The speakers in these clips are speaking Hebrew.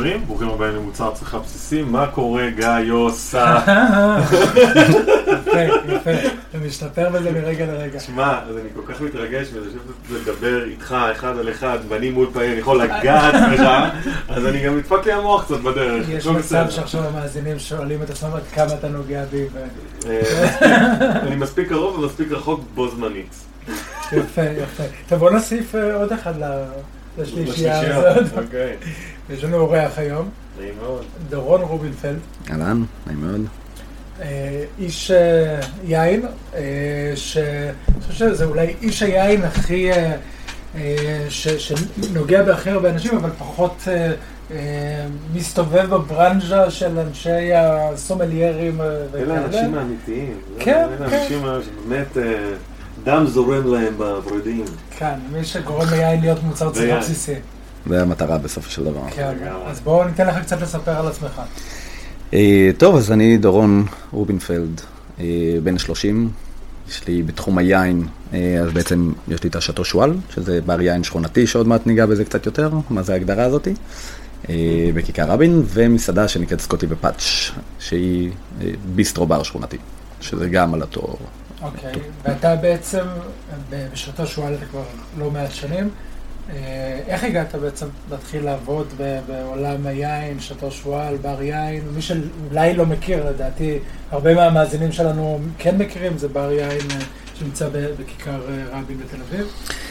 חברים, ברוכים הבאים למוצר צריכה בסיסי, מה קורה גיא עושה? יפה, אתה משתפר בזה מרגע לרגע. שמע, אז אני כל כך מתרגש ולדבר איתך אחד על אחד, ואני מול פעמים, אני יכול לגעת בך, אז אני גם נדפק לי המוח קצת בדרך. יש מצב שעכשיו המאזינים שואלים את עצמם עד כמה אתה נוגע בי. אני מספיק קרוב ומספיק רחוק בו זמנית. יפה. טוב, בוא נוסיף עוד אחד לשלישייה הזאת. אוקיי. יש לנו אורח היום. נעים מאוד. דורון רובינפלד. אהלן, נעים מאוד. איש יין, שאני חושב שזה אולי איש היין הכי, שנוגע בהכי הרבה אנשים, אבל פחות מסתובב בברנז'ה של אנשי הסומליירים וכאלה. אלה האנשים האמיתיים. כן, אלה האנשים שבאמת דם זורם להם בוורידים. כן, מי שגורם ליין להיות מוצר צריכה בסיסי. זה המטרה בסופו של דבר. כן, אז בואו ניתן לך קצת לספר על עצמך. טוב, אז אני דורון רובינפלד, בן 30, יש לי בתחום היין, אז בעצם יש לי את השאטו שואל, שזה בר יין שכונתי, שעוד מעט ניגע בזה קצת יותר, מה זה ההגדרה הזאת, בכיכר רבין, ומסעדה שנקראת סקוטי ופאץ', שהיא ביסטרו בר שכונתי, שזה גם על התואר. אוקיי, ואתה בעצם, בשאטו שואל אתה כבר לא מעט שנים, איך הגעת בעצם להתחיל לעבוד בעולם היין, שאטו שואל, בר יין? מי שאולי לא מכיר, לדעתי, הרבה מהמאזינים שלנו כן מכירים, זה בר יין שנמצא בכיכר רבין בתל אביב.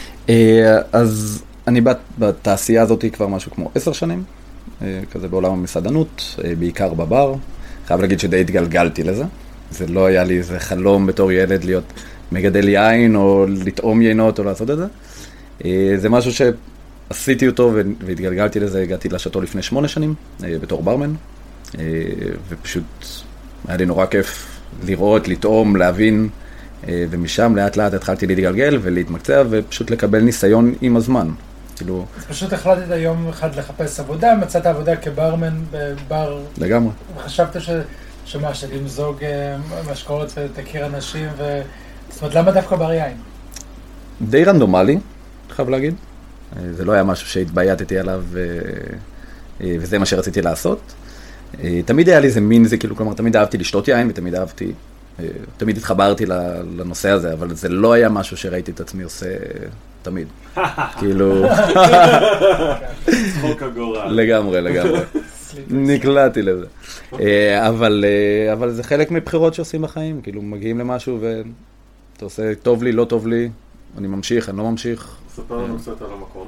אז אני בתעשייה הזאת כבר משהו כמו 10 שנים, כזה בעולם המסעדנות, בעיקר בבר. חייב להגיד שדי התגלגלתי לזה. זה לא היה לי איזה חלום בתור ילד להיות מגדל יין או לטעום יינות או לעשות את זה. זה משהו שעשיתי אותו והתגלגלתי לזה, הגעתי לשאטו לפני 8 שנים בתור ברמן, ופשוט היה לי נורא כיף לראות, לטעום, להבין, ומשם לאט לאט התחלתי להתגלגל ולהתמקצע ופשוט לקבל ניסיון עם הזמן. כאילו... אז פשוט החלטת יום אחד לחפש עבודה, מצאת עבודה כברמן בבר... לגמרי. וחשבת שלמזוג משקאות ותכיר אנשים זאת אומרת, למה דווקא בר יין? די רנדומלי. חייב להגיד. זה לא היה משהו שהתבייתתי עליו, וזה מה שרציתי לעשות. תמיד היה לי איזה מין זה, כאילו, כלומר, תמיד אהבתי לשתות יין, ותמיד אהבתי, תמיד התחברתי לנושא הזה, אבל זה לא היה משהו שראיתי את עצמי עושה תמיד. כאילו... צחוק הגורל. לגמרי. נקלעתי לזה. אבל זה חלק מבחירות שעושים בחיים, כאילו, מגיעים למשהו ואתה עושה טוב לי, לא טוב לי, אני ממשיך, אני לא ממשיך. ספר לנו קצת על המקום.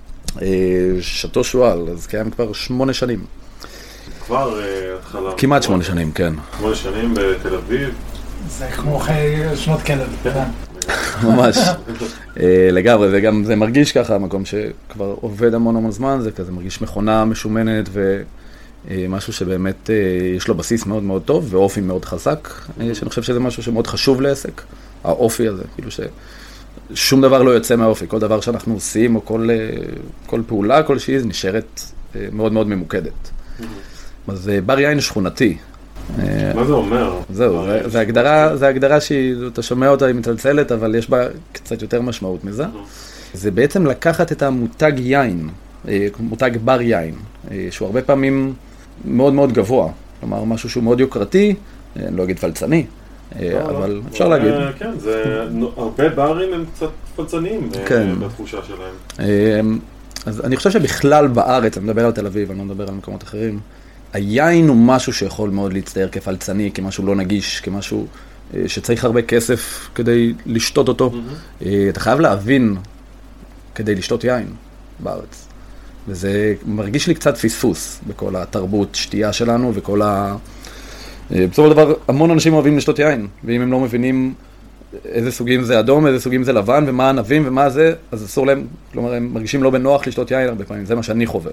שאטו שואל, אז קיים כבר 8 שנים. כבר התחלה. כמעט 8 שנים, כן. 8 שנים בתל אביב. זה כמו שנות כלב. ממש. לגמרי, זה מרגיש ככה, המקום שכבר עובד המון זמן, זה כזה מרגיש מכונה משומנת ומשהו שבאמת יש לו בסיס מאוד מאוד טוב ואופי מאוד חזק, שאני חושב שזה משהו שמאוד חשוב לעסק, האופי הזה, כאילו שום דבר לא יוצא מהאופי, כל דבר שאנחנו עושים או כל פעולה כלשהי זה נשארת מאוד מאוד ממוקדת. אז בר יין שכונתי. מה זה אומר? זהו, זה הגדרה שאתה שומע אותה, היא מצלצלת, אבל יש בה קצת יותר משמעות מזה. זה בעצם לקחת את המותג יין, מותג בר יין, שהוא הרבה פעמים מאוד מאוד גבוה. כלומר, משהו שהוא מאוד יוקרתי, אני לא אגיד פלצני, אבל אפשר להגיד. כן, הרבה ברים הם קצת פלצניים בתחושה שלהם. אז אני חושב שבכלל בארץ, אני מדבר על תל אביב, אני לא מדבר על מקומות אחרים, היין הוא משהו שיכול מאוד להצטייר כפלצני, כמשהו לא נגיש, כמשהו שצריך הרבה כסף כדי לשתות אותו. אתה חייב להבין כדי לשתות יין בארץ. וזה מרגיש לי קצת פספוס בכל התרבות שתייה שלנו וכל בסופו של דבר, המון אנשים אוהבים לשתות יין, ואם הם לא מבינים איזה סוגים זה אדום, איזה סוגים זה לבן, ומה ענבים ומה זה, אז אסור להם, כלומר, הם מרגישים לא בנוח לשתות יין הרבה פעמים, זה מה שאני חווה.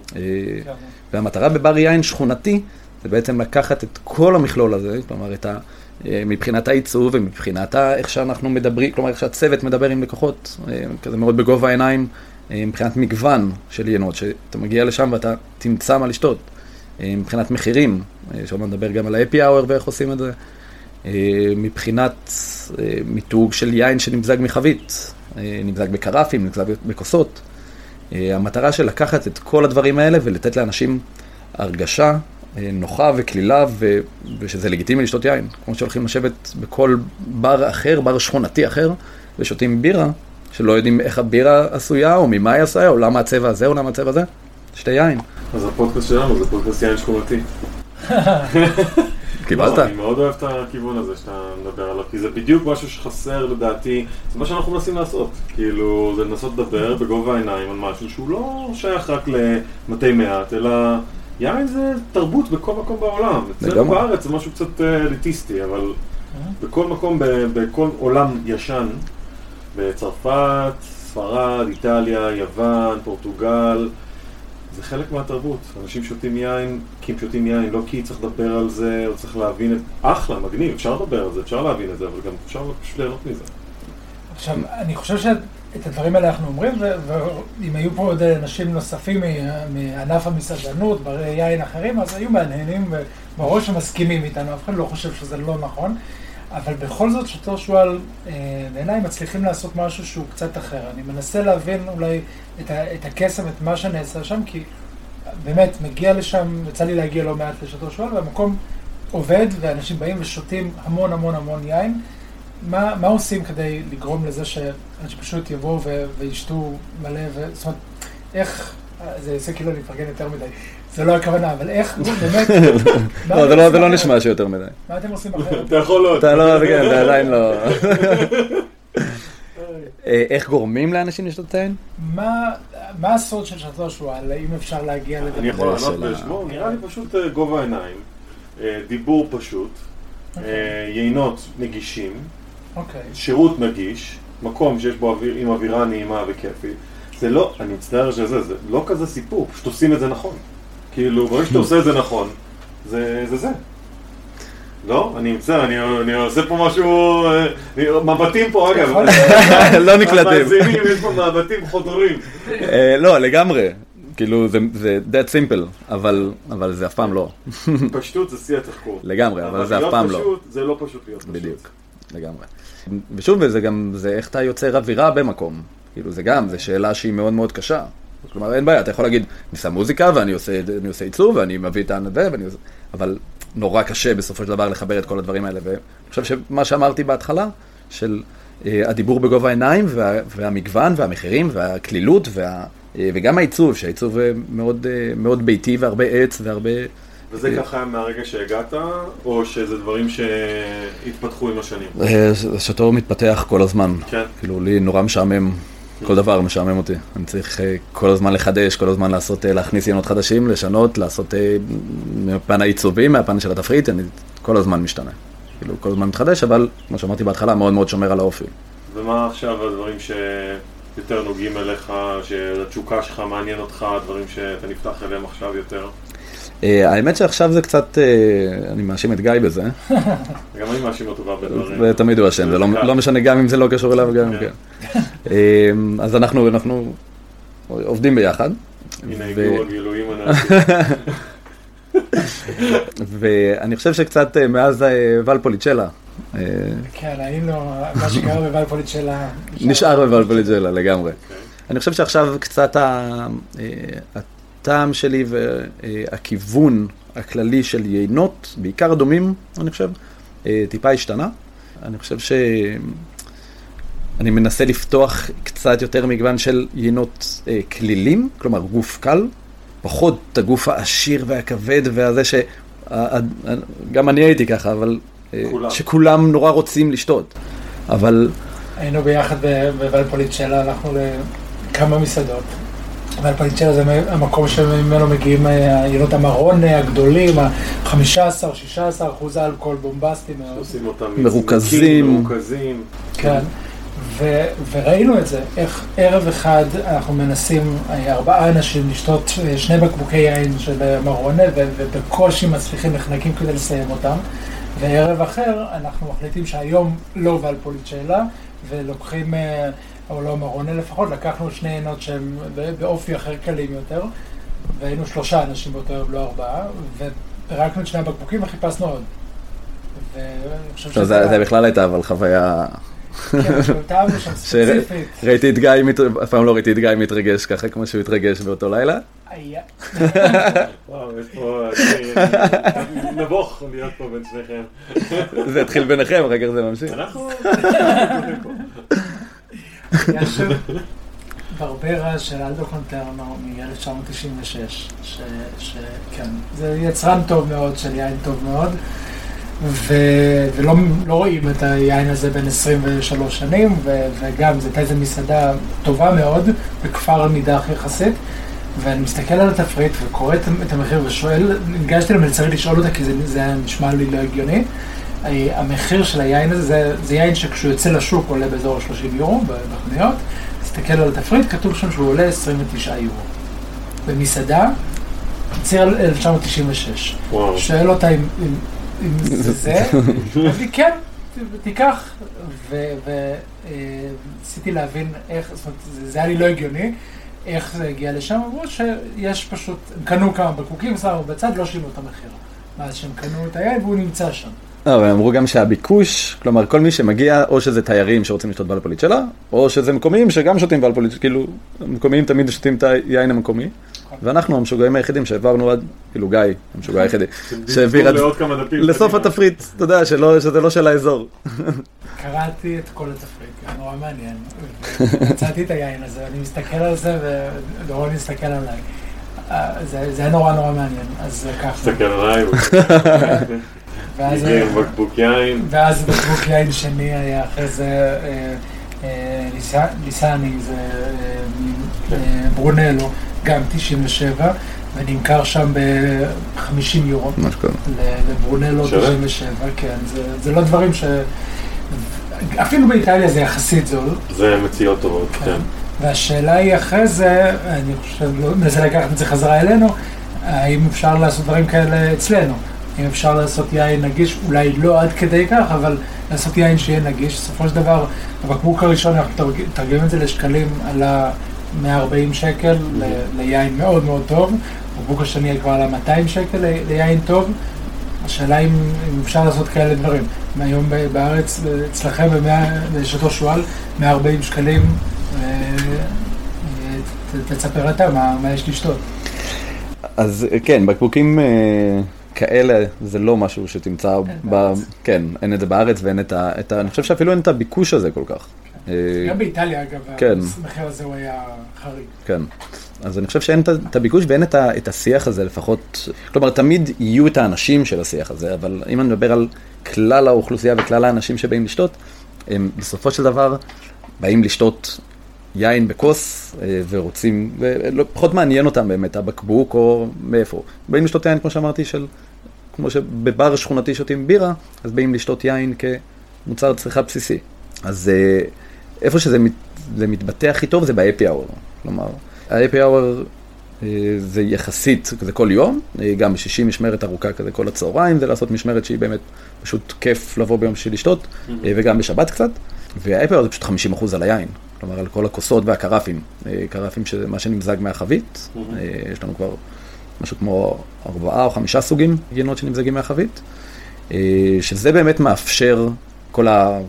והמטרה בבר יין שכונתי, זה בעצם לקחת את כל המכלול הזה, כלומר, מבחינת העיצוב ומבחינת איך שאנחנו מדברים, כלומר, איך שהצוות מדבר עם לקוחות, כזה מאוד בגובה העיניים, מבחינת מגוון של יינות, שאתה מגיע לשם ואתה תמצא מה לשתות. מבחינת מחירים, שעוד נדבר גם על האפי האוור ואיך עושים את זה, מבחינת מיתוג של יין שנמזג מחבית, נמזג בקרפים, נמזג בכוסות. המטרה של לקחת את כל הדברים האלה ולתת לאנשים הרגשה נוחה וכלילה, ושזה לגיטימי לשתות יין. כמו שהולכים לשבת בכל בר אחר, בר שכונתי אחר, ושותים בירה, שלא יודעים איך הבירה עשויה, או ממה היא עשויה, או למה הצבע הזה, או למה הצבע הזה. שתי יין. אז הפודקאסט שלנו זה פודקאסט יין שכונתי. קיבלת? אני מאוד אוהב את הכיוון הזה שאתה מדבר עליו, כי זה בדיוק משהו שחסר לדעתי, זה מה שאנחנו מנסים לעשות. כאילו, זה לנסות לדבר בגובה העיניים על משהו שהוא לא שייך רק למתי מעט, אלא יין זה תרבות בכל מקום בעולם. אצלנו בארץ זה משהו קצת אליטיסטי, אבל בכל מקום, בכל עולם ישן, בצרפת, ספרד, איטליה, יוון, פורטוגל, זה חלק מהתרבות. אנשים שותים יין כי הם שותים יין, לא כי צריך לדבר על זה, או צריך להבין את... אחלה, מגניב, אפשר לדבר על זה, אפשר להבין את זה, אבל גם אפשר פשוט ליהנות מזה. עכשיו, אני חושב שאת הדברים האלה אנחנו אומרים, ואם היו פה עוד אנשים נוספים מענף המסעדנות, ברי יין אחרים, אז היו מעניינים ובראש שמסכימים איתנו, אף אחד לא חושב שזה לא נכון. אבל בכל זאת, שאטו שועל, בעיניי מצליחים לעשות משהו שהוא קצת אחר. אני מנסה להבין אולי את הקסם, את מה שנעשה שם, כי באמת מגיע לשם, יצא לי להגיע לא מעט לשאטו שועל, והמקום עובד, ואנשים באים ושותים המון המון המון יין. מה עושים כדי לגרום לזה שאנשים פשוט יבואו וישתו מלא, זאת אומרת, איך, זה יעשה כאילו להתפרגן יותר מדי. זה לא הכוונה, אבל איך, באמת... לא, זה לא נשמע שיותר מדי. מה אתם עושים אחרת? אתה יכול לא. אתה לא, זה עדיין לא. איך גורמים לאנשים לשתות יין? מה הסוד של שאטו שועל? האם אפשר להגיע לדבר? אני יכול לענות בשמו, נראה לי פשוט גובה העיניים, דיבור פשוט, יינות נגישים, שירות נגיש, מקום שיש בו עם אווירה נעימה וכיפית. זה לא, אני מצטער שזה, זה לא כזה סיפור, פשוט עושים את זה נכון. כאילו, ברגע שאתה עושה את זה נכון, זה. לא? אני מצטער, אני עושה פה משהו, מבטים פה, אגב. לא נקלטים. המאזינים, יש פה מבטים חודרים. לא, לגמרי. כאילו, זה that simple, אבל זה אף פעם לא. פשטות זה שיא התחקור. לגמרי, אבל זה אף פעם לא. זה לא פשוט להיות פשוט. בדיוק, לגמרי. ושוב, זה גם, זה איך אתה יוצר אווירה במקום. כאילו, זה גם, זה שאלה שהיא מאוד מאוד קשה. כלומר, אין בעיה, אתה יכול להגיד, אני שם מוזיקה ואני עושה ייצור ואני מביא את הנווה, אבל נורא קשה בסופו של דבר לחבר את כל הדברים האלה. ואני חושב שמה שאמרתי בהתחלה, של הדיבור בגובה העיניים והמגוון והמחירים והכלילות וגם העיצוב, שהעיצוב מאוד, מאוד ביתי והרבה עץ והרבה... וזה ככה מהרגע שהגעת, או שזה דברים שהתפתחו עם השנים? שאטו מתפתח כל הזמן. כן. כאילו, לי נורא משעמם. כל דבר משעמם אותי. אני צריך כל הזמן לחדש, כל הזמן להכניס יינות חדשים, לשנות, לעשות מהפן העיצובי, מהפן של התפריט, אני כל הזמן משתנה. כאילו, כל הזמן מתחדש, אבל, כמו שאמרתי בהתחלה, מאוד מאוד שומר על האופי. ומה עכשיו הדברים שיותר נוגעים אליך, שהתשוקה שלך מעניין אותך, הדברים שאתה נפתח אליהם עכשיו יותר? האמת שעכשיו זה קצת, אני מאשים את גיא בזה. גם אני מאשים אותו בהרבה דברים. זה תמיד הוא השם, זה לא משנה גם אם זה לא קשור אליו, גם כן. אז אנחנו עובדים ביחד. הנה הגיעו הגילויים הנעשים. ואני חושב שקצת מאז ולפוליצ'לה. כן, היינו, מה שקרה בוולפוליצ'לה. נשאר בוולפוליצ'לה לגמרי. אני חושב שעכשיו קצת הטעם שלי והכיוון הכללי של יינות, בעיקר הדומים, אני חושב, טיפה השתנה. אני חושב שאני מנסה לפתוח קצת יותר מגוון של יינות כלילים, כלומר גוף קל, פחות הגוף העשיר והכבד והזה גם אני הייתי ככה, אבל שכולם נורא רוצים לשתות. אבל... היינו ביחד בוולפוליצ'לה, הלכנו לכמה מסעדות. וולפוליצ'לה זה המקום שממנו מגיעים היינות המרון הגדולים, ה-15-16% אלכוהול בומבסטי מאוד. מרוכזים. כן. וראינו את זה, איך ערב אחד אנחנו מנסים 4 אנשים לשתות 2 בקבוקי יין של מרונה, ובקושי מצליחים לחנקים כדי לסיים אותם. וערב אחר אנחנו מחליטים שהיום לא וולפוליצ'לה, ולוקחים, או לא מרונה לפחות, לקחנו 2 יינות שהם באופי אחר קלים יותר, והיינו 3 אנשים באותו ערב, לא 4, ופרקנו את 2 הבקבוקים וחיפשנו עוד. זה בכלל הייתה אבל חוויה... כן, טעמנו שם ספציפית. ראיתי את גיא, אף פעם לא ראיתי את גיא מתרגש ככה כמו שהוא התרגש באותו לילה. וואו, יש פה... נבוך להיות פה בין שניכם. זה התחיל ביניכם, רגע זה ממשיך. אנחנו... יש ברברה של אלדו קונטרנו מ-1996, שכן, זה יצרן טוב מאוד, של יין טוב מאוד, ולא רואים את היין הזה בין 23 שנים, וגם זה איזו מסעדה טובה מאוד, בכפר נידח יחסית, ואני מסתכל על התפריט וקורא את המחיר ושואל, ניגשתי למלצרית לשאול אותה כי זה נשמע לי לא הגיוני. המחיר של היין הזה, זה יין שכשהוא יוצא לשוק עולה באזור 30 יורו בחנויות, מסתכל על התפריט, כתוב שם שהוא עולה 29 יורו. במסעדה, ציר 1996. שואל אותה אם זה, אז היא כן, תיקח, וניסיתי להבין איך, זאת אומרת, זה היה לי לא הגיוני, איך זה הגיע לשם, אמרו שיש פשוט, הם קנו כמה בקבוקים, שמו בצד, לא שינו את המחיר. מאז שהם קנו את היין והוא נמצא שם. אבל אמרו גם שהביקוש, כלומר כל מי שמגיע, או שזה תיירים שרוצים לשתות באלפוליצ'לה, או שזה מקומיים שגם שותים באלפוליצ'לה, כאילו, מקומיים תמיד שותים את היין המקומי, ואנחנו המשוגעים היחידים שהעברנו עד, כאילו גיא, המשוגע היחידי, שהעביר לסוף התפריט, אתה יודע, שזה לא של האזור. קראתי את כל התפריט, זה נורא מעניין, מצאתי את היין הזה, אני מסתכל על זה ודורון מסתכל עליי. זה היה נורא מעניין, אז ככה. מסתכל עליי. בקבוק יין. ואז בקבוק יין שני היה אחרי זה ליסני, זה ברונלו, גם 97, ונמכר שם ב-50 יורו. לברונלו 97, כן. זה לא דברים ש... אפילו באיטליה זה יחסית זול. זה מציאות טובות, כן. והשאלה היא אחרי זה, אני חושב, ננסה לקחת את זה חזרה אלינו, האם אפשר לעשות דברים כאלה אצלנו? אם אפשר לעשות יין נגיש, אולי לא עד כדי כך, אבל לעשות יין שיהיה נגיש. בסופו של דבר, בבקבוק הראשון אנחנו תרגמים את זה לשקלים על 140 שקל ליין מאוד מאוד טוב, בבקבוק השני כבר על 200 שקל ליין טוב. השאלה אם אפשר לעשות כאלה דברים. היום בארץ, אצלכם בשעתו שועל, 140 שקלים, תספר אתה, מה יש לשתות? אז כן, בקבוקים כאלה זה לא משהו שתמצא, כן, אין את זה בארץ ואין את ה... אני חושב שאפילו אין את הביקוש הזה כל כך. גם באיטליה אגב, המחיר הזה הוא היה חריג. כן, אז אני חושב שאין את הביקוש ואין את השיח הזה לפחות, כלומר תמיד יהיו את האנשים של השיח הזה, אבל אם אני מדבר על כלל האוכלוסייה וכלל האנשים שבאים לשתות, הם בסופו של דבר באים לשתות יין בכוס ורוצים, פחות מעניין אותם באמת הבקבוק או מאיפה. באים לשתות יין כמו שאמרתי, כמו שבבר שכונתי שותים בירה, אז באים לשתות יין כמוצר צריכה בסיסי. אז איפה שזה מתבטא הכי טוב זה ב-happy hour. כלומר, ה-happy hour זה יחסית, זה כל יום, גם ב-60 משמרת ארוכה כזה כל הצהריים, זה לעשות משמרת שהיא באמת פשוט כיף לבוא ביום בשביל לשתות, וגם בשבת קצת. וה-happy hour זה פשוט 50% על היין. כלומר, על כל הכוסות והקרפים. קרפים מה שנמזג מהחבית. יש לנו כבר משהו כמו 4 או 5 סוגים גינות שנמזגים מהחבית. שזה באמת מאפשר כל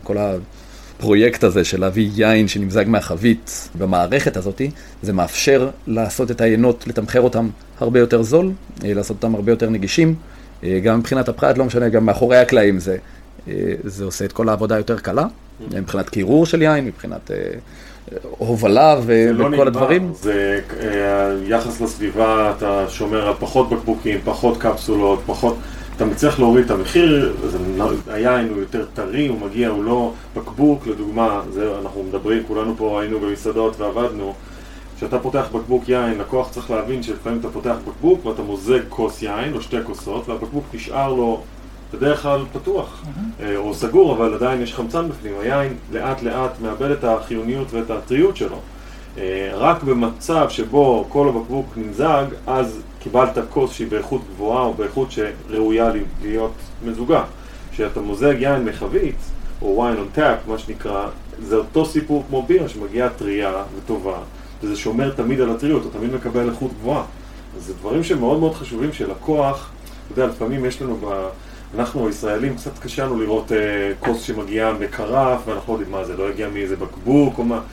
הפרויקט הזה של להביא יין שנמזג מהחבית במערכת הזאת, זה מאפשר לעשות את היינות, לתמחר אותם הרבה יותר זול, לעשות אותם הרבה יותר נגישים. גם מבחינת הפרט, לא משנה, גם מאחורי הקלעים זה עושה את כל העבודה יותר קלה. מבחינת קירור של יין, מבחינת הובלה וכל הדברים. זה יחס לסביבה, אתה שומר על פחות בקבוקים, פחות קפסולות, פחות... אתה מצליח להוריד את המחיר, היין הוא יותר טרי, הוא מגיע, הוא לא בקבוק, לדוגמה, אנחנו מדברים, כולנו פה היינו במסעדות ועבדנו, כשאתה פותח בקבוק יין, לקוח צריך להבין שלפעמים אתה פותח בקבוק ואתה מוזג כוס יין או 2 כוסות, והבקבוק נשאר לו בדרך כלל פתוח, או סגור, אבל עדיין יש חמצן בפנים. היין לאט לאט מאבד את החיוניות ואת הטריות שלו. רק במצב שבו כל הבקבוק נמזג, אז קיבלת כוס שהיא באיכות גבוהה או באיכות שראויה להיות מזוגה. כשאתה מוזג יין מחבית, או wine on tap, מה שנקרא, זה אותו סיפור כמו בירה שמגיעה טריה וטובה, וזה שומר תמיד על הטריות, אתה תמיד מקבל איכות גבוהה. אז זה דברים שמאוד מאוד חשובים שלקוח, אתה יודע, לפעמים יש לנו אנחנו הישראלים קצת קשה לנו לראות כוס שמגיעה מקרף, ואנחנו לא יודעים מה זה, לא הגיע מאיזה בקבוק או מה.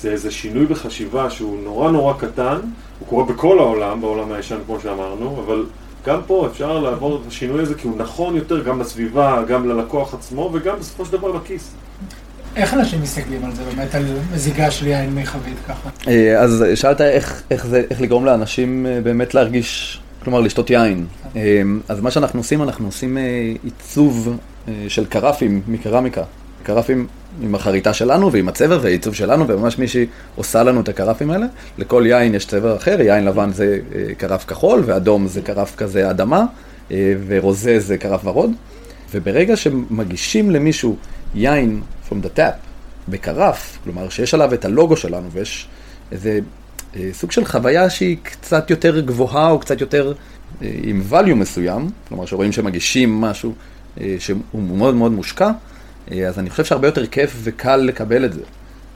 זה איזה שינוי בחשיבה שהוא נורא נורא קטן, הוא קורה בכל העולם, בעולם הישן כמו שאמרנו, אבל גם פה אפשר לעבור את השינוי הזה כי הוא נכון יותר גם לסביבה, גם ללקוח עצמו וגם בסופו של דבר לכיס. איך אנשים מסתכלים על זה באמת, על מזיגה של יין מחבית ככה? אז שאלת איך לגרום לאנשים באמת להרגיש, כלומר לשתות יין. אז מה שאנחנו עושים עיצוב של קרפים מקרמיקה. קרפים עם החריטה שלנו ועם הצבע והעיצוב שלנו, וממש מישהי עושה לנו את הקרפים האלה. לכל יין יש צבע אחר, יין לבן זה קרף כחול, ואדום זה קרף כזה אדמה, ורוזה זה קרף ורוד. וברגע שמגישים למישהו יין from the tap בקרף, כלומר שיש עליו את הלוגו שלנו, ויש איזה סוג של חוויה שהיא קצת יותר גבוהה, או קצת יותר עם value מסוים, כלומר שרואים שמגישים משהו שהוא מאוד מאוד מושקע, אז אני חושב שהרבה יותר כיף וקל לקבל את זה.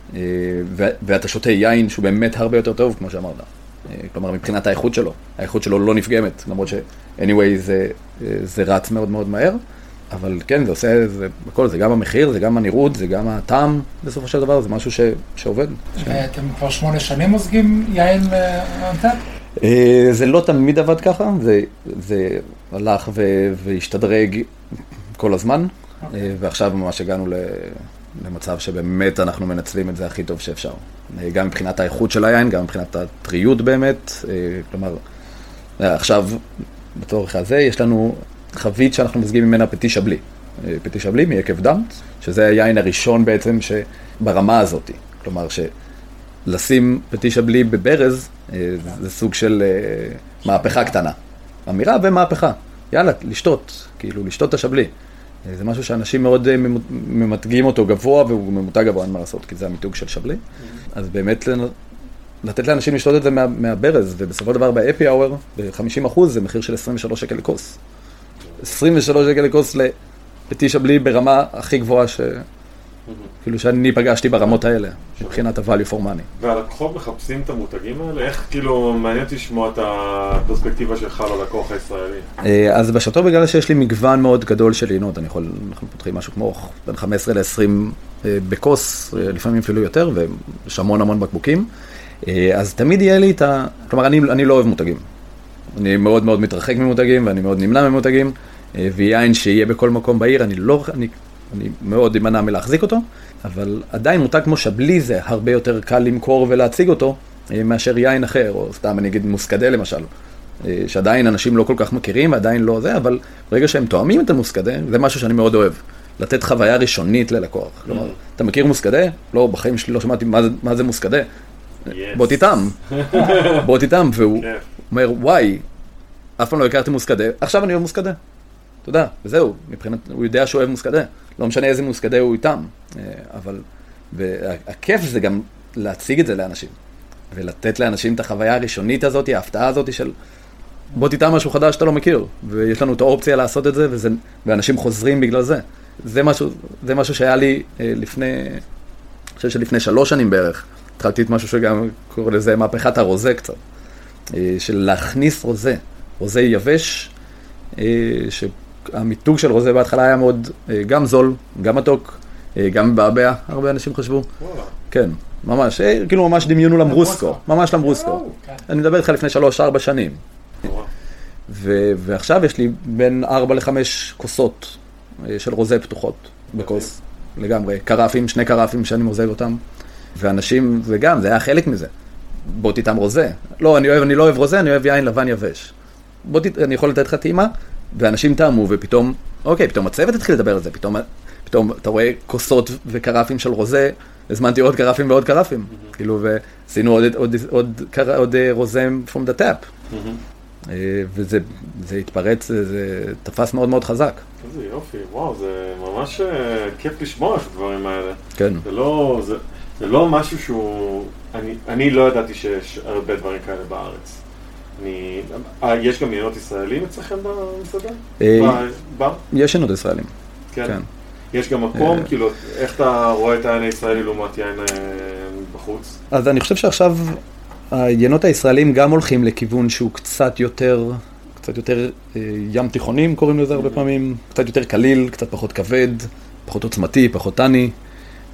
ואתה שותה יין שהוא באמת הרבה יותר טוב, כמו שאמרת. כלומר, מבחינת האיכות שלו. האיכות שלו לא נפגמת, למרות ש-anyway זה רץ מאוד מאוד מהר. אבל כן, זה עושה, הכל, זה גם המחיר, זה גם הנראות, זה גם הטעם, בסופו של דבר, זה משהו שעובד. ואתם כבר 8 שנים מוזגים יין אנטאפ? זה לא תמיד עבד ככה, זה הלך והשתדרג כל הזמן, ועכשיו ממש הגענו למצב שבאמת אנחנו מנצלים את זה הכי טוב שאפשר. גם מבחינת האיכות של היין, גם מבחינת הטריות באמת, כלומר, עכשיו, בצורך הזה, יש לנו חבית שאנחנו מוזגים ממנה פטי שבלי. פטי שבלי מיקב דאמט, שזה היין הראשון בעצם שברמה הזאת. כלומר, שלשים פטי שבלי בברז, זה סוג של מהפכה קטנה. אמירה ומהפכה. יאללה, לשתות, כאילו, לשתות את השבלי. זה משהו שאנשים מאוד ממתגים אותו גבוה, והוא ממותג גבוה, אין מה לעשות, כי זה המיתוג של שבלי. אז באמת לתת לאנשים לשתות את זה מהברז, ובסופו של דבר באפי אאואר, ב-50% זה מחיר של 23 שקל לכוס. 23 שקל לכוס לפטי שבלי ברמה הכי גבוהה כאילו שאני פגשתי ברמות האלה, מבחינת ה-value for money. והלקוחות מחפשים את המותגים האלה? איך כאילו מעניין לשמוע את הפרספקטיבה שלך ללקוח הישראלי? אז בשעתו בגלל שיש לי מגוון מאוד גדול של יינות, אנחנו פותחים משהו כמו בין 15 ל-20 בכוס, לפעמים אפילו יותר, ויש המון בקבוקים. אז תמיד יהיה לי כלומר, אני לא אוהב מותגים. אני מאוד מאוד מתרחק ממותגים, ואני מאוד נמנע ממותגים, ויין שיהיה בכל מקום בעיר, אני מאוד אמנע מלהחזיק אותו, אבל עדיין מותג כמו שבלי זה הרבה יותר קל למכור ולהציג אותו, מאשר יין אחר, או סתם אני אגיד מוסקדה למשל, שעדיין אנשים לא כל כך מכירים, ועדיין לא זה, אבל ברגע שהם תואמים את המוסקדה, זה משהו שאני מאוד אוהב, לתת חוויה ראשונית ללקוח. כלומר, אתה מכיר מוסקדה? לא, בחיים שלי לא שמעתי מה זה מוסקדה. בוא תיתם, והוא אומר, וואי, אף פעם לא הכרתי מוסקדה, עכשיו אני אוהב מוסקדה. תודה, וזהו, מבחינת, הוא יודע שהוא אוהב מוסקדה. לא משנה איזה מוסקדה הוא איתם, אבל, והכיף זה גם להציג את זה לאנשים, ולתת לאנשים את החוויה הראשונית הזאת, ההפתעה הזאת של, בוא תיתם משהו חדש שאתה לא מכיר, ויש לנו את האופציה לעשות את זה, ואנשים חוזרים בגלל זה. זה משהו שהיה לי אני חושב שלפני 3 שנים בערך, התחלתי את משהו שגם קורא לזה מהפכת הרוזה קצת, של להכניס רוזה יבש, שהמיתוג של רוזה בהתחלה היה מאוד גם זול, גם מתוק, גם מבעבע, הרבה אנשים חשבו. כן, ממש, כאילו ממש דמיונו למברוסקו, ממש למברוסקו. אני מדבר איתך לפני 3-4 שנים. ועכשיו יש לי בין 4 ל-5 כוסות של רוזה פתוחות בכוס, לגמרי. קרפים, 2 קרפים שאני מוזג אותם. ואנשים, וגם, זה היה חלק מזה. בוא תיתם רוזה. לא, אני לא אוהב רוזה, אני אוהב יין לבן יבש. אני יכול לתת לך טעימה, ואנשים טעמו, ופתאום, אוקיי, פתאום הצוות התחיל לדבר על זה, פתאום אתה רואה כוסות וקרפים של רוזה, הזמנתי עוד קרפים ועוד קרפים, כאילו, ועשינו עוד רוזה from the tap. וזה התפרץ, זה תפס מאוד מאוד חזק. איזה יופי, וואו, זה ממש כיף לשמוע את הדברים האלה. כן. זה לא משהו שהוא, אני לא ידעתי שיש הרבה דברים כאלה בארץ. יש גם יינות ישראלים אצלכם במסעדה? יש יינות ישראלים. כן. יש גם מקום, כאילו, איך אתה רואה את היין הישראלי לעומת יין בחוץ? אז אני חושב שעכשיו היינות הישראלים גם הולכים לכיוון שהוא קצת יותר ים תיכונים, קוראים לזה הרבה פעמים, קצת יותר קליל, קצת פחות כבד, פחות עוצמתי, פחות טני.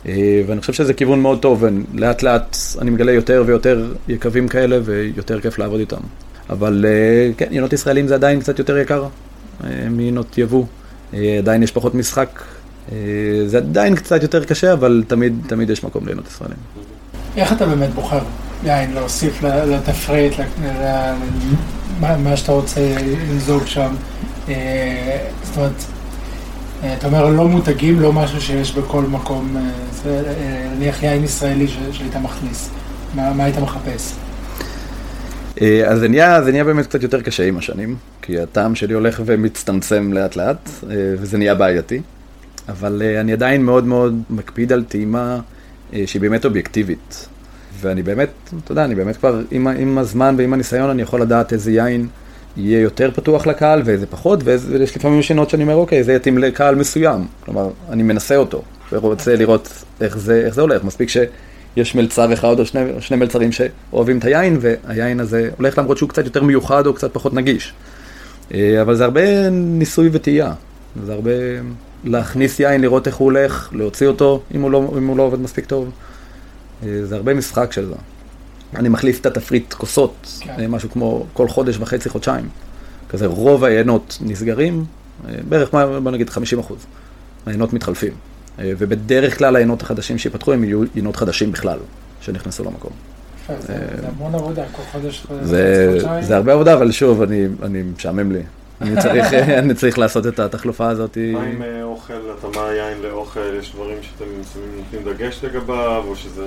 ואני חושב שזה כיוון מאוד טוב, ולאט לאט אני מגלה יותר ויותר יקבים כאלה, ויותר כיף לעבוד איתם. אבל כן, יינות ישראלים זה עדיין קצת יותר יקר מיינות יבוא. עדיין יש פחות משחק. זה עדיין קצת יותר קשה, אבל תמיד יש מקום ליינות ישראלים. איך אתה באמת בוחר יין להוסיף לתפריט, מה שאתה רוצה לזוג שם? זאת אומרת, אתה אומר לא מותגים, לא משהו שיש בכל מקום, נניח יין ישראלי שהיית מכניס. מה היית מחפש? אז זה נהיה באמת קצת יותר קשה עם השנים, כי הטעם שלי הולך ומצטמצם לאט לאט, וזה נהיה בעייתי. אבל אני עדיין מאוד מאוד מקפיד על טעימה שהיא באמת אובייקטיבית. ואני באמת, אתה יודע, אני באמת כבר עם הזמן ועם הניסיון אני יכול לדעת איזה יין יהיה יותר פתוח לקהל ואיזה פחות, ויש לפעמים שינות שאני אומר, אוקיי, זה יתאים לקהל מסוים. כלומר, אני מנסה אותו, ורוצה לראות איך זה הולך. מספיק שיש מלצר אחד או שני מלצרים שאוהבים את היין, והיין הזה הולך למרות שהוא קצת יותר מיוחד או קצת פחות נגיש. אבל זה הרבה ניסוי וטעייה. זה הרבה להכניס יין, לראות איך הוא הולך, להוציא אותו אם הוא לא עובד מספיק טוב. זה הרבה משחק של זה. אני מחליף את התפריט כוסות, משהו כמו כל חודש וחצי, חודשיים. כזה רוב היינות נסגרים, בערך, בוא נגיד 50%. היינות מתחלפים. ובדרך כלל היינות החדשים שיפתחו הם יהיו יינות חדשים בכלל, שנכנסו למקום. זה המון עבודה, כל חודש. זה הרבה עבודה, אבל שוב, אני משעמם לי. אני צריך לעשות את התחלופה הזאת. מה עם אוכל, התאמה יין לאוכל, יש דברים שאתם נותנים דגש לגביו, או שזה...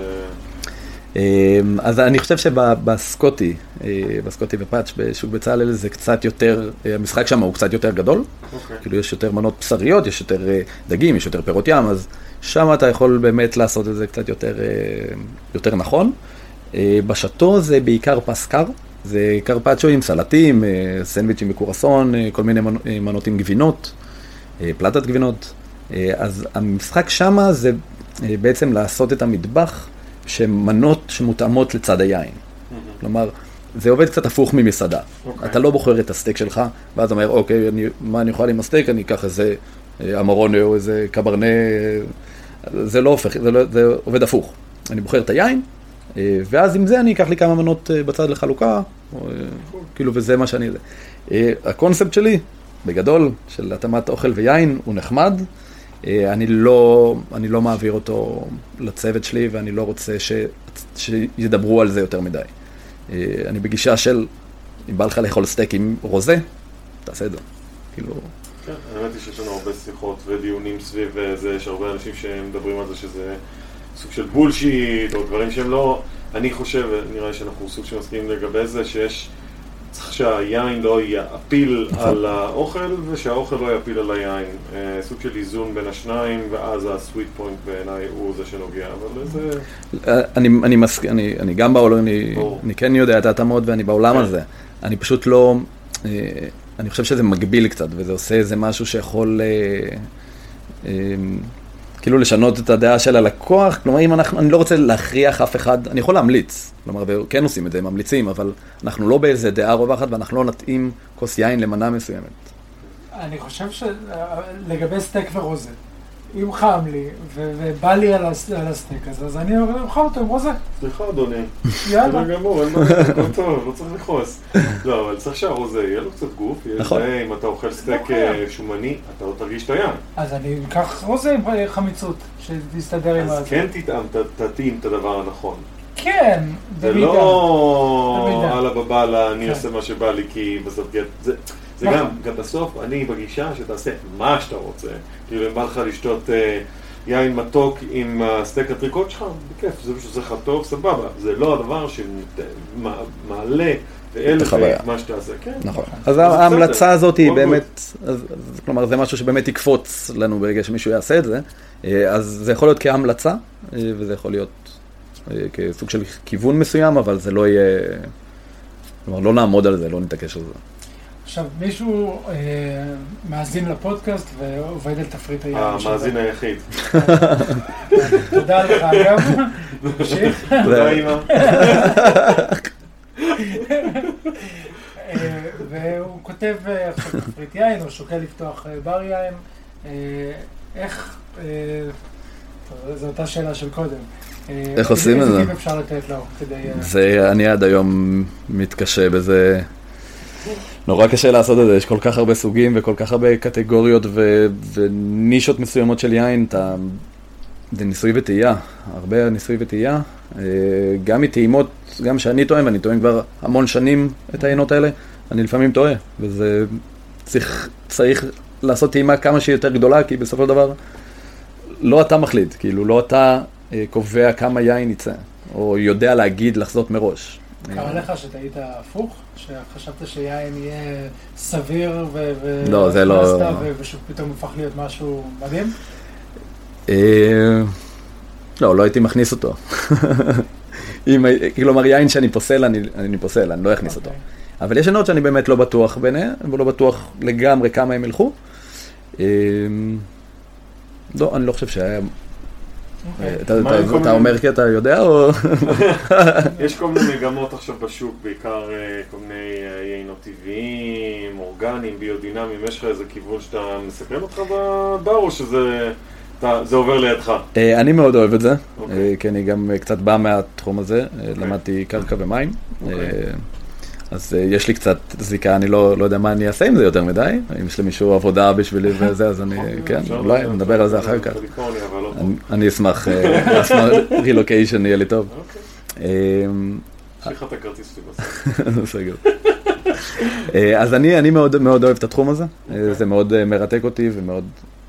אז אני חושב שבסקוטי ופאץ' בשוק בצלאל זה קצת יותר, המשחק שם הוא קצת יותר גדול, כאילו יש יותר מנות בשריות, יש יותר דגים, יש יותר פירות ים, אז שם אתה יכול באמת לעשות את זה קצת יותר נכון. בשאטו זה בעיקר פסקר, זה קרפצ'ו עם סלטים, סנדוויצ'ים בקורסון, כל מיני מנות עם גבינות, פלטת גבינות. אז המשחק שם זה בעצם לעשות את המטבח שמנות שמותאמות לצד היין. כלומר, זה עובד קצת הפוך ממסעדה. אתה לא בוחר את הסטייק שלך, ואז אומר, אוקיי, מה אני אוכל עם הסטייק? אני אקח איזה אמרוני או איזה קברנה. זה לא הופך, זה עובד הפוך. אני בוחר את היין, ואז עם זה אני אקח לי כמה מנות בצד לחלוקה, כאילו, וזה מה שאני... הקונספט שלי, בגדול, של התאמת אוכל ויין, הוא נחמד. אני לא מעביר אותו לצוות שלי, ואני לא רוצה שידברו על זה יותר מדי. אני בגישה של, אם בא לך לאכול סטייק עם רוזה, תעשה את זה. כאילו... כן, האמת היא שיש לנו הרבה שיחות ודיונים סביב זה, יש הרבה אנשים שמדברים על זה שזה סוג של בולשיט, או דברים שהם לא... אני חושב, נראה לי שאנחנו סוג שמסכימים לגבי זה, צריך שהיין לא יאפיל על האוכל, ושהאוכל לא יאפיל על היין. סוג של איזון בין השניים, ואז הסוויט פוינט בעיניי הוא זה שנוגע, אבל זה... אני גם בעולם, אני כן יודע את ההתאמות ואני בעולם הזה. אני פשוט לא... אני חושב שזה מגביל קצת, וזה עושה איזה משהו שיכול... כאילו לשנות את הדעה של הלקוח, כלומר אם אני לא רוצה להכריח אף אחד, אני יכול להמליץ, כלומר וכן עושים את זה, ממליצים, אבל אנחנו לא באיזה דעה רווחת ואנחנו לא נתאים כוס יין למנה מסוימת. אני חושב שלגבי סטייק ורוזה, אם חם לי ובא לי על הסטייק הזה, אז אני אוכל אותו עם רוזה. סליחה אדוני. יאללה. זה גמור, אין מה, לא טוב, לא צריך לכעוס. לא, אבל צריך שהרוזה יהיה לו קצת גוף, אם אתה אוכל סטייק שומני, אתה לא תרגיש את היין. אז אני אקח רוזה עם חמיצות, שתסתדר עם אז כן תתאים את הדבר הנכון. כן, זה לא על הבבלה, אני אעשה מה שבא לי, כי בסוף זה גם בסוף אני בגישה שתעשה מה שאתה רוצה. כאילו אם בא לך לשתות יין מתוק עם הסטייק הטריקות שלך, בכיף, זה שעושה לך טוב, סבבה. זה לא הדבר שמעלה מה שתעשה, כן. נכון. אז ההמלצה הזאת היא באמת, כלומר זה משהו שבאמת יקפוץ לנו ברגע שמישהו יעשה את זה, אז זה יכול להיות כהמלצה, וזה יכול להיות כסוג של כיוון מסוים, אבל זה לא יהיה, כלומר לא נעמוד על זה, לא נתעקש על זה. עכשיו, מישהו מאזין לפודקאסט ועובד על תפריט היין. המאזין היחיד. תודה לך גם. תמשיך. תודה אמא. והוא כותב עכשיו תפריט יין, או שוקל לפתוח בר יין. איך זו אותה שאלה של קודם. איך עושים את זה? איזה טיפ אפשר לתת לו כדי... אני עד היום מתקשה בזה. נורא קשה לעשות את זה, יש כל כך הרבה סוגים וכל כך הרבה קטגוריות ונישות מסוימות של יין, זה ניסוי וטעייה, הרבה ניסוי וטעייה, גם מטעימות, גם שאני טועם, ואני טועם כבר המון שנים את העיינות האלה, אני לפעמים טועה, וזה צריך לעשות טעימה כמה שהיא יותר גדולה, כי בסופו של דבר לא אתה מחליט, כאילו לא אתה קובע כמה יין יצא, או יודע להגיד לחזות מראש. קרה לך שהיית הפוך? שחשבת שיין יהיה סביר לא, זה לא... ושפתאום הופך להיות משהו מדהים? לא הייתי מכניס אותו. כלומר, יין שאני פוסל, אני פוסל, אני לא אכניס אותו. אבל יש עיינות שאני באמת לא בטוח ביניהם, ולא בטוח לגמרי כמה הם ילכו. לא, אני לא חושב שהיה... אתה אומר כי אתה יודע או... יש כל מיני מגמות עכשיו בשוק, בעיקר כל מיני יינות טבעיים, אורגניים, ביודינמיים, יש לך איזה כיוון שאתה מסקרן אותך בבר או שזה עובר לידך? אני מאוד אוהב את זה, כי אני גם קצת בא מהתחום הזה, למדתי קרקע ומים. אז יש לי קצת זיקה, אני לא יודע מה אני אעשה עם זה יותר מדי, אם יש למישהו עבודה בשבילי וזה, אז אני, כן, אולי נדבר על זה אחר כך. אני אשמח, רילוקיישן יהיה לי טוב. שליחה את הכרטיס שלי בסדר. אז אני מאוד מאוד אוהב את התחום הזה, זה מאוד מרתק אותי ומאוד,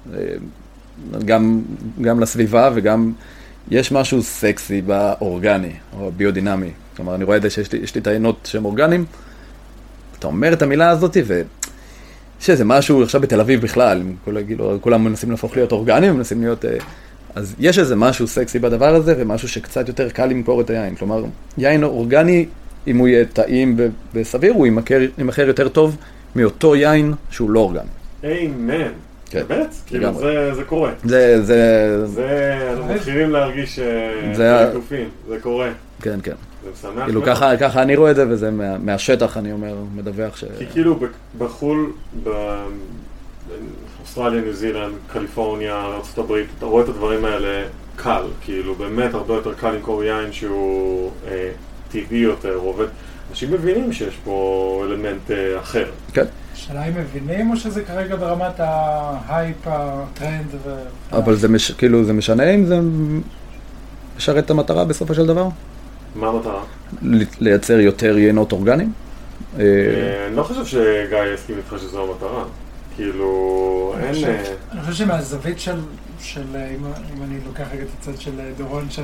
גם לסביבה וגם יש משהו סקסי באורגני או ביודינמי. כלומר, אני רואה את זה שיש לי את העיינות שהם אורגניים, אתה אומר את המילה הזאת, ויש איזה משהו עכשיו בתל אביב בכלל, כולם מנסים להפוך להיות אורגניים, מנסים להיות... אז יש איזה משהו סקסי בדבר הזה, ומשהו שקצת יותר קל למכור את היין. כלומר, יין אורגני, אם הוא יהיה טעים בסביר, הוא ימכר יותר טוב מאותו יין שהוא לא אורגני. אמן. באמת? כאילו זה קורה. אנחנו מתחילים להרגיש תופים, זה קורה. כן. כאילו ככה אני רואה את זה, וזה מהשטח אני אומר, מדווח ש... כי כאילו בחול, באוסטרליה, ניו זילנד, קליפורניה, ארצות הברית, אתה רואה את הדברים האלה קל, כאילו באמת הרבה יותר קל למכור יין שהוא טבעי יותר, עובד. אנשים מבינים שיש פה אלמנט אחר. כן. השאלה אם מבינים או שזה כרגע ברמת ההייפ, הטרנד ו... אבל כאילו זה משנה אם זה משרת את המטרה בסופו של דבר? מה המטרה? לייצר יותר יינות אורגניים? אני לא חושב שגיא יסכים איתך שזו המטרה. כאילו, אין... אני חושב שמהזווית של אם אני לוקח רגע את הצד של דורון, של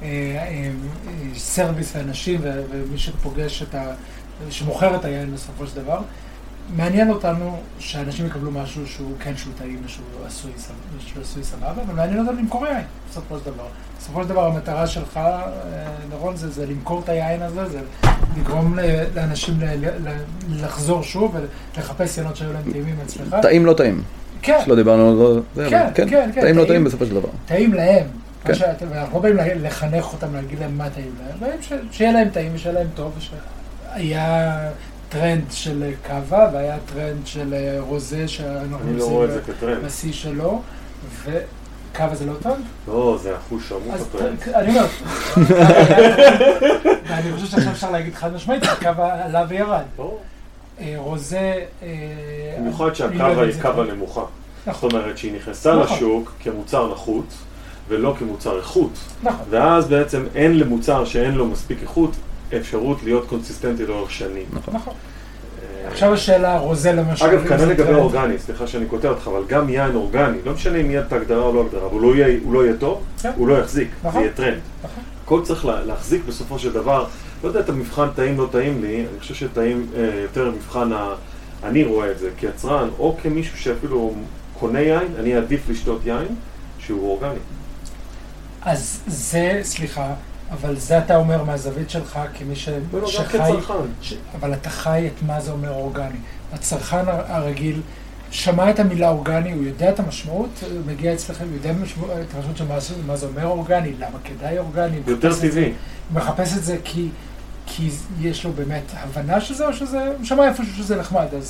סרוויס ואנשים ומי שפוגש שמוכר את היין בסופו של דבר, מעניין אותנו שאנשים יקבלו משהו שהוא טעים, שהוא עשוי סבבה, אבל מעניין אותנו למכור יין, בסופו של דבר. בסופו של דבר המטרה שלך, דורון, זה למכור את היין הזה, זה לגרום לאנשים לחזור שוב ולחפש יינות שהיו להם טעימים אצלך. טעים לא טעים. כן. שלא דיברנו על זה, כן. טעים לא טעים בסופו של דבר. טעים להם. ואנחנו לא באים לחנך אותם, להגיד להם מה טעים להם, שיהיה להם טעים ושיהיה להם טוב, היה טרנד של קאבה והיה טרנד של רוזה שאנחנו עושים בשיא שלו, וקאבה זה לא טוב? לא, זה אחוש עמוק הטרנד. אני אומר, ואני חושב שעכשיו אפשר להגיד חד משמעית, קאבה עלה וירד. רוזה... במיוחד שהקאבה היא קאבה נמוכה. זאת אומרת שהיא נכנסה לשוק כמוצר נחות, ולא כמוצר איכות. ואז בעצם אין למוצר שאין לו מספיק איכות, אפשרות להיות קונסיסטנטי לאורך שנים. נכון. עכשיו השאלה, רוזה למשל... אגב, כנראה לגבי אורגני, סליחה שאני כותב אותך, אבל גם יין אורגני, לא משנה אם יהיה את ההגדרה או לא הגדרה, אבל הוא לא יהיה טוב, הוא לא יחזיק, זה יהיה טרנד. הכל צריך להחזיק בסופו של דבר, לא יודע את המבחן טעים לא טעים לי, אני חושב שטעים יותר מבחן, אני רואה את זה כיצרן, או כמישהו שאפילו קונה יין, אני אעדיף לשתות יין שהוא אורגני. אז זה, סליחה, אבל זה אתה אומר מהזווית שלך כמי שחי, אבל אתה חי את מה זה אומר אורגני. הצרכן הרגיל שמע את המילה אורגני, הוא יודע את המשמעות, הוא מגיע אצלכם, הוא יודע את המשמעות של מה זה אומר אורגני, למה כדאי אורגני. יותר טבעי. הוא מחפש את זה כי יש לו באמת הבנה שזה, או שזה, הוא שמע איפשהו שזה נחמד, אז...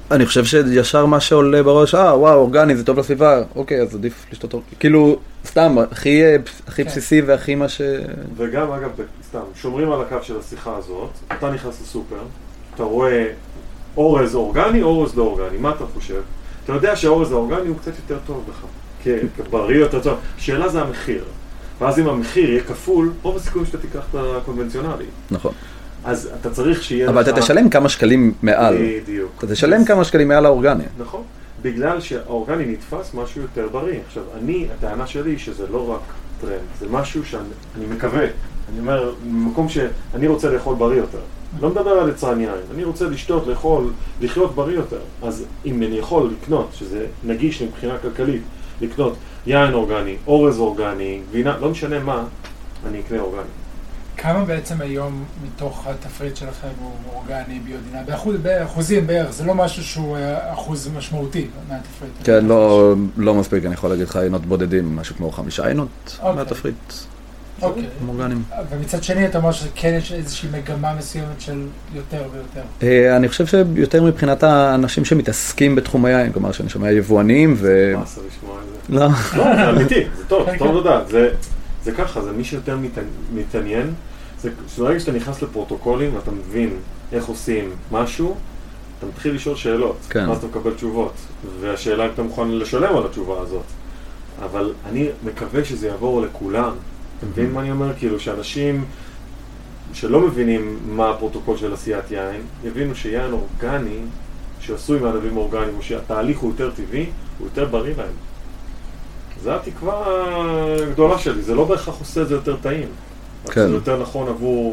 אני חושב שישר מה שעולה בראש, וואו, אורגני, זה טוב לסביבה, אוקיי, אז עדיף לשתות אורגני. כאילו, סתם, הכי בסיסי והכי מה ש... וגם, אגב, סתם, שומרים על הקו של השיחה הזאת, אתה נכנס לסופר, אתה רואה אורז אורגני, אורז לא אורגני, מה אתה חושב? אתה יודע שהאורז האורגני הוא קצת יותר טוב לך, כבריא יותר טוב. השאלה זה המחיר, ואז אם המחיר יהיה כפול, רוב הסיכוי שאתה תיקח את הקונבנציונלי. נכון. אז אתה צריך שיהיה לך... אבל אתה תשלם כמה שקלים מעל. בדיוק. אתה תשלם כמה שקלים מעל האורגני. נכון. בגלל שהאורגני נתפס משהו יותר בריא. עכשיו, הטענה שלי שזה לא רק טרנד, זה משהו שאני מקווה. אני אומר, במקום שאני רוצה לאכול בריא יותר. לא מדבר על יצרן יין. אני רוצה לשתות, לאכול, לחיות בריא יותר. אז אם אני יכול לקנות, שזה נגיש מבחינה כלכלית, לקנות יין אורגני, אורז אורגני, גבינה, לא משנה מה, אני אקנה אורגני. כמה בעצם היום מתוך התפריט שלכם הוא אורגני, ביודינה? באחוזים בערך, זה לא משהו שהוא אחוז משמעותי מהתפריט. כן, לא מספיק, אני יכול להגיד לך עינות בודדים, משהו כמו 5 עינות מהתפריט. אוקיי. אורגנים. ומצד שני אתה אומר שכן יש איזושהי מגמה מסוימת של יותר ויותר. אני חושב שיותר מבחינת האנשים שמתעסקים בתחום היין, כלומר שאני שומע יבואנים ו... מה עשה לשמוע את זה? לא, זה אמיתי, זה טוב, טוב לדעת. זה ככה, זה מי שיותר מתעניין, ברגע שאתה נכנס לפרוטוקולים ואתה מבין איך עושים משהו, אתה מתחיל לשאול שאלות, אז אתה מקבל תשובות, והשאלה אם אתה מוכן לשלם על התשובה הזאת. אבל אני מקווה שזה יעבור לכולם. אתה מבין מה אני אומר? כאילו שאנשים שלא מבינים מה הפרוטוקול של עשיית יין, יבינו שיין אורגני, שעשוי מענבים אורגניים, או שהתהליך הוא יותר טבעי, הוא יותר בריא להם. זו התקווה הגדולה שלי, זה לא בהכרח עושה את זה יותר טעים. כן. זה יותר נכון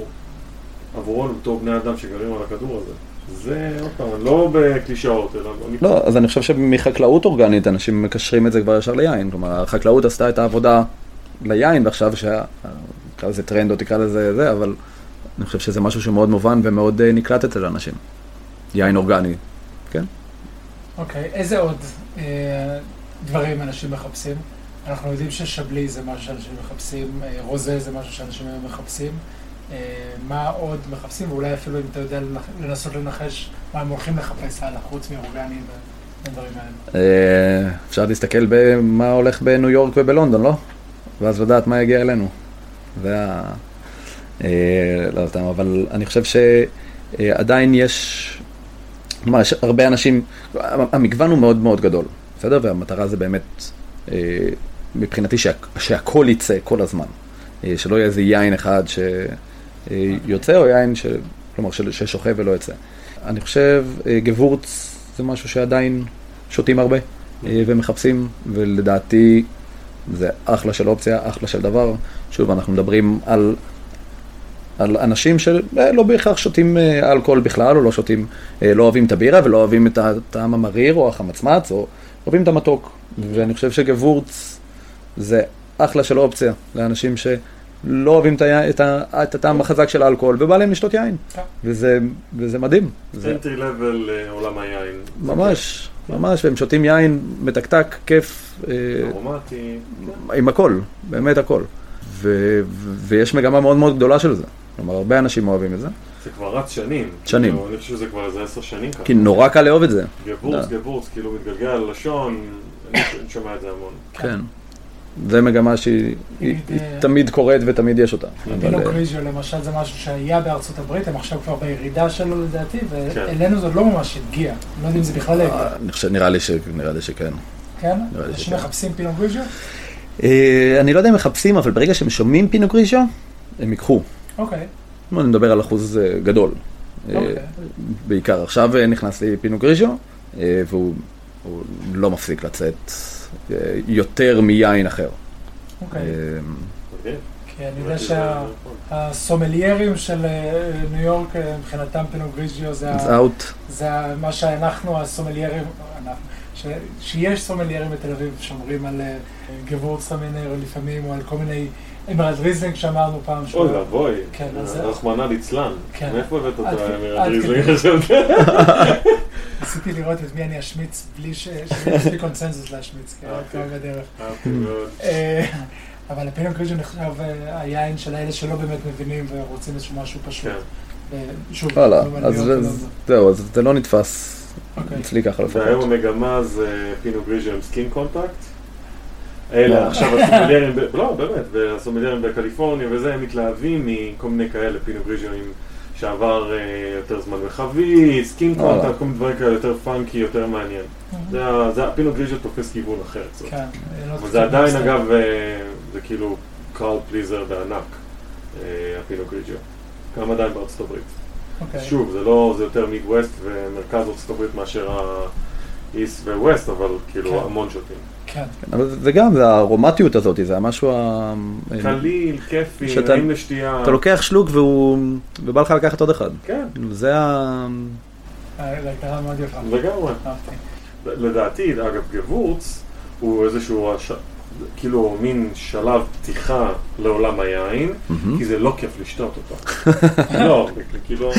עבורנו בתור בני אדם שגרים על הכדור הזה. זה עוד פעם, לא בקלישאות, אלא... לא, אז אני חושב שמחקלאות אורגנית אנשים מקשרים את זה כבר ישר ליין. כלומר, החקלאות עשתה את העבודה ליין, ועכשיו תקרא לזה טרנד או תקרא לזה זה, אבל אני חושב שזה משהו שמאוד מובן ומאוד נקלט אצל אנשים. יין אורגני, כן? אוקיי, איזה עוד דברים אנשים מחפשים? אנחנו יודעים ששבלי זה משהו שאנשים מחפשים, רוזה זה משהו שאנשים מחפשים. מה עוד מחפשים? ואולי אפילו אם אתה יודע לנסות לנחש מה הם הולכים לחפש הלאה, חוץ מאורגני ודברים האלה. אפשר להסתכל במה הולך בניו יורק ובלונדון, לא? ואז לדעת מה יגיע אלינו. לא יודעת, אבל אני חושב שעדיין יש הרבה אנשים, המגוון הוא מאוד מאוד גדול, בסדר? והמטרה זה באמת, מבחינתי שהכל יצא כל הזמן. שלא יהיה איזה יין אחד שיוצא, או יין כלומר ששוכב ולא יוצא. אני חושב, גבורץ זה משהו שעדיין שותים הרבה ומחפשים, ולדעתי זה אחלה של אופציה, אחלה של דבר. שוב, אנחנו מדברים על אנשים שלא בהכרח שותים אלכוהול בכלל, או לא שותים, לא אוהבים את הבירה, ולא אוהבים את הטעם המריר, או החמצמץ, או אוהבים את המתוק. ואני חושב שגבורץ זה אחלה של אופציה לאנשים שלא אוהבים את הטעם החזק של האלכוהול, ובא להם לשתות יין. וזה מדהים. entry level עולם היין. ממש, ממש, והם שותים יין מתקתק, כיף. ארומטי. עם הכל, באמת הכל. ויש מגמה מאוד מאוד גדולה של זה. כלומר, הרבה אנשים אוהבים את זה. זה כבר רץ שנים. שנים. אני חושב שזה כבר איזה 10 שנים ככה. כי נורא קל לאהוב את זה. גבורץ, כאילו מתגלגל על לשון, אני שומע את זה המון. כן. זה מגמה שהיא תמיד קורית ותמיד יש אותה. פינוק גריז'יו למשל זה משהו שהיה בארצות הברית, הם עכשיו כבר בירידה שלו לדעתי, ואלינו זה לא ממש התגיע. לא יודע אם זה בכלל הגיע. נראה לי שכן. כן? אנשים מחפשים פינוק גריז'יו? אני לא יודע אם מחפשים, אבל ברגע שהם שומעים פינוק גריז'יו, הם ייקחו. אוקיי. אני מדבר על אחוז גדול. בעיקר עכשיו נכנס לי פינוק גריז'יו, והוא לא מפסיק לצאת יותר מיין אחר. אוקיי. כי אני יודע שהסומליירים של ניו יורק, מבחינתם פינוק גריז'יו זה מה שאנחנו הסומליירים, שיש סומליירים בתל אביב שאומרים על גבורצטרמינר לפעמים, או על כל מיני אמרד ריזלינג שאמרנו פעם. אוי לבוי, רחמנא ליצלן. מאיפה הבאת את האמרד ריזלינג הזה? ניסיתי לראות את מי אני אשמיץ בלי לי קונסנזוס להשמיץ, כמה בדרך. אבל הפינוק גריז'יו נחשב היין של האלה שלא באמת מבינים ורוצים איזשהו משהו פשוט. אז זהו, זה לא נתפס אצלי ככה לפחות. והיום המגמה זה פינו גריז'ו עם סקין קונטקט. אלה עכשיו הסומליארים, לא באמת, והסומליארים בקליפורניה וזה, הם מתלהבים מכל מיני כאלה, פינו גריז'ו עם שעבר יותר זמן בחבית, סקין קונטקט, כל מיני דברים כאלה יותר פאנקי, יותר מעניין. זה הפינו גריז'ו תופס כיוון אחר. אבל זה עדיין אגב, זה כאילו קראוד פליזר בענק, הפינו גריז'ו. גם עדיין בארצות הברית. שוב, זה יותר מיד-ווסט ומרכז ארצות הברית מאשר האיסט וווסט, אבל כאילו המון שותים. כן. אבל זה גם, זה הרומטיות הזאת, זה המשהו קליל, כיפי, נעים לשתייה. אתה לוקח שלוק ובא לך לקחת עוד אחד. כן. זה להגדרה מאוד יפה. לגמרי. לדעתי, אגב, גבורץ הוא איזשהו כאילו מין שלב פתיחה לעולם היין, כי זה לא כיף לשתות אותו. לא, כאילו,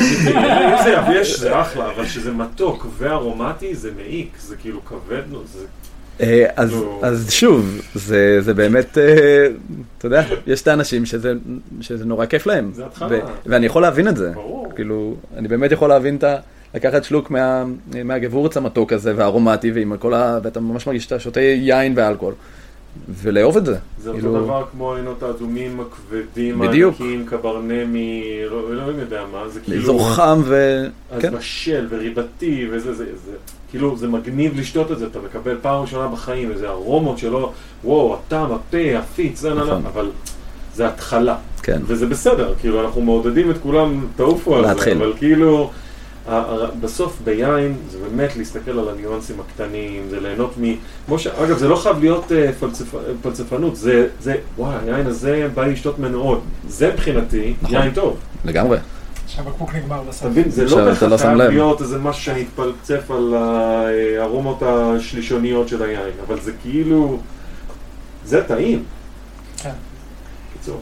זה אחלה, אבל שזה מתוק וארומטי, זה מעיק, זה כאילו כבד, זה... אז שוב, זה באמת, אתה יודע, יש את האנשים שזה נורא כיף להם. זה התחלה. ואני יכול להבין את זה. ברור. כאילו, אני באמת יכול להבין לקחת שלוק מהגבורץ המתוק הזה והארומטי, ואתה ממש מרגיש שאתה שותה יין ואלכוהול. ולאהוב את זה. זה אותו דבר כמו העינות האדומים הכבדים, בדיוק. הענקים, קברנמי, לא יודע מה, זה כאילו... לאזור חם אז בשל וריבתי וזה, כאילו זה מגניב לשתות את זה, אתה מקבל פעם ראשונה בחיים, איזה ארומות שלא, וואו, הטעם, הפה, הפיץ, זה נעלה, אבל זה התחלה. כן. וזה בסדר, כאילו אנחנו מעודדים את כולם, תעופו על זה, אבל כאילו... בסוף ביין זה באמת להסתכל על הניואנסים הקטנים, זה ליהנות אגב, זה לא חייב להיות פלצפנות, זה, וואי, היין הזה בא לשתות מנועות, זה מבחינתי יין טוב. לגמרי. שהבקבוק נגמר בסוף. תבין, זה לא בכלל חייב להיות איזה משהו שנתפלצף על הארומות השלישוניות של היין, אבל זה כאילו, זה טעים. כן. קיצור.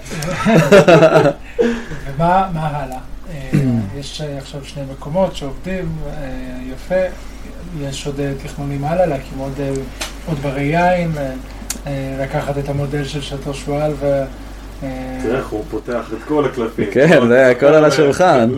ומה הלאה? יש עכשיו 2 מקומות שעובדים יפה, יש עוד תכנונים הלאה, להקים עוד ברי יין, לקחת את המודל של שאטו שועל תראה איך הוא פותח את כל הקלפים. כן, זה הכל על השולחן.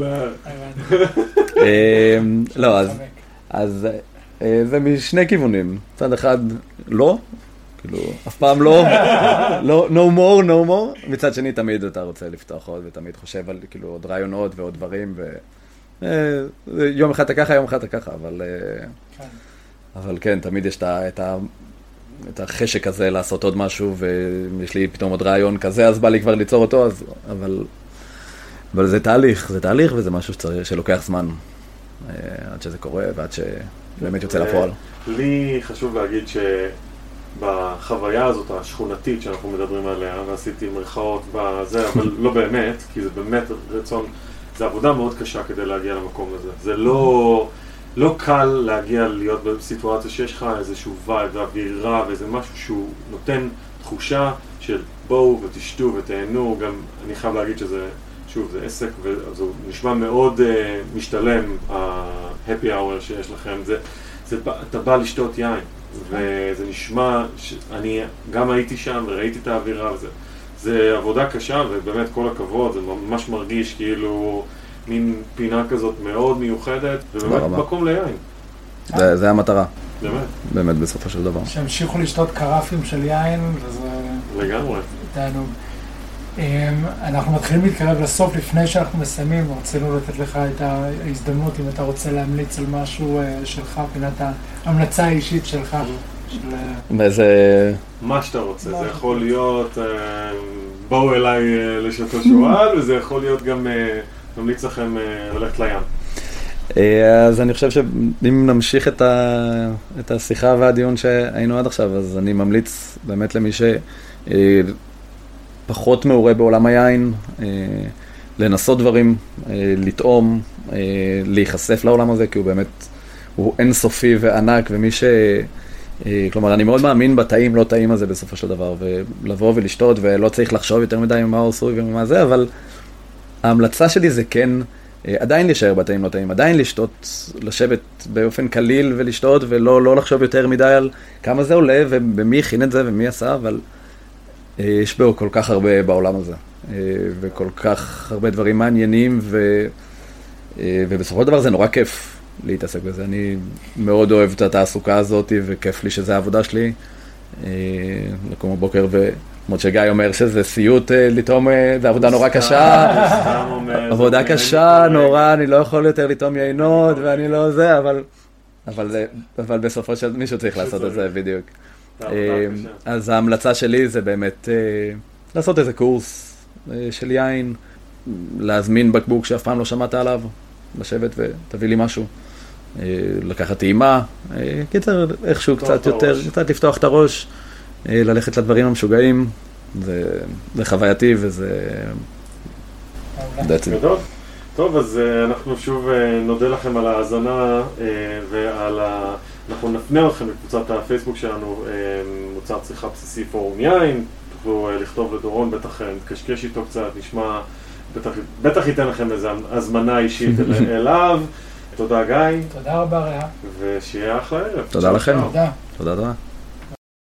לא, אז זה משני כיוונים. צד אחד לא, כאילו, אף פעם לא, no more, מצד שני תמיד אתה רוצה לפתוח עוד, ותמיד חושב על כאילו עוד רעיונות ועוד דברים, יום אחד אתה ככה, יום אחד אתה ככה, אבל כן, תמיד יש את החשק הזה לעשות עוד משהו, ויש לי פתאום עוד רעיון כזה, אז בא לי כבר ליצור אותו, אבל זה תהליך, וזה משהו שלוקח זמן, עד שזה קורה, ועד שבאמת יוצא לפועל. לי חשוב להגיד בחוויה הזאת השכונתית שאנחנו מדברים עליה, ועשיתי מרכאות בזה, אבל לא באמת, כי זה באמת רצון, זה עבודה מאוד קשה כדי להגיע למקום הזה. זה לא קל להגיע להיות בסיטואציה שיש לך איזשהו וייב ואווירה ואיזה משהו שהוא נותן תחושה של בואו ותשתו ותהנו. גם אני חייב להגיד שזה, שוב, זה עסק וזה נשמע מאוד משתלם, ה-happy hour שיש לכם. אתה בא לשתות יין. וזה נשמע, אני גם הייתי שם וראיתי את האווירה וזה. זה עבודה קשה ובאמת כל הכבוד, זה ממש מרגיש כאילו מין פינה כזאת מאוד מיוחדת, ובאמת מקום ליין. זה המטרה. באמת. באמת בסופו של דבר. שהמשיכו לשתות קרפים של יין, וזה... לגמרי. תענוג. אנחנו מתחילים להתקרב לסוף, לפני שאנחנו מסיימים, רצינו לתת לך את ההזדמנות, אם אתה רוצה להמליץ על משהו שלך, פינת ההמלצה האישית שלך. מה שאתה רוצה, זה יכול להיות, בואו אליי לשאטו שועל, וזה יכול להיות גם, ממליץ לכם ללכת לים. אז אני חושב שאם נמשיך את השיחה והדיון שהיינו עד עכשיו, אז אני ממליץ באמת למי פחות מעורה בעולם היין, לנסות דברים, לטעום, להיחשף לעולם הזה, כי הוא באמת, הוא אינסופי וענק, ומי כלומר, אני מאוד מאמין בתאים, לא תאים הזה בסופו של דבר, ולבוא ולשתות, ולא צריך לחשוב יותר מדי מה הוא עשוי ומה זה, אבל ההמלצה שלי זה כן, עדיין להישאר בתאים, לא תאים, עדיין לשתות, לשבת באופן קליל ולשתות, ולא לחשוב יותר מדי על כמה זה עולה, ומי הכין את זה ומי עשה, אבל יש בו כל כך הרבה בעולם הזה, וכל כך הרבה דברים מעניינים, ובסופו של דבר זה נורא כיף. להתעסק בזה. אני מאוד אוהב את התעסוקה הזאת, וכיף לי שזה העבודה שלי. לקום בבוקר כמו שגיא אומר שזה סיוט לטעום, זה עבודה נורא קשה, עבודה קשה, נורא, אני לא יכול יותר לטעום יינות, ואני לא זה, אבל בסופו של מישהו צריך לעשות את זה בדיוק. אז ההמלצה שלי זה באמת לעשות איזה קורס של יין, להזמין בקבוק שאף פעם לא שמעת עליו, לשבת ותביא לי משהו, לקחת טעימה, קיצר איכשהו קצת יותר, קצת לפתוח את הראש, ללכת לדברים המשוגעים, זה חווייתי וזה... טוב, אז אנחנו שוב נודה לכם על ההאזנה אנחנו נפנה לכם בקבוצת הפייסבוק שלנו, מוצר צריכה בסיסי פורום יין, תוכלו לכתוב לדורון, בטח נתקשקש איתו קצת, נשמע, בטח ייתן לכם איזו הזמנה אישית אליו. תודה גיא. תודה רבה רעה. ושיהיה אחלה ערב. תודה לכם. תודה.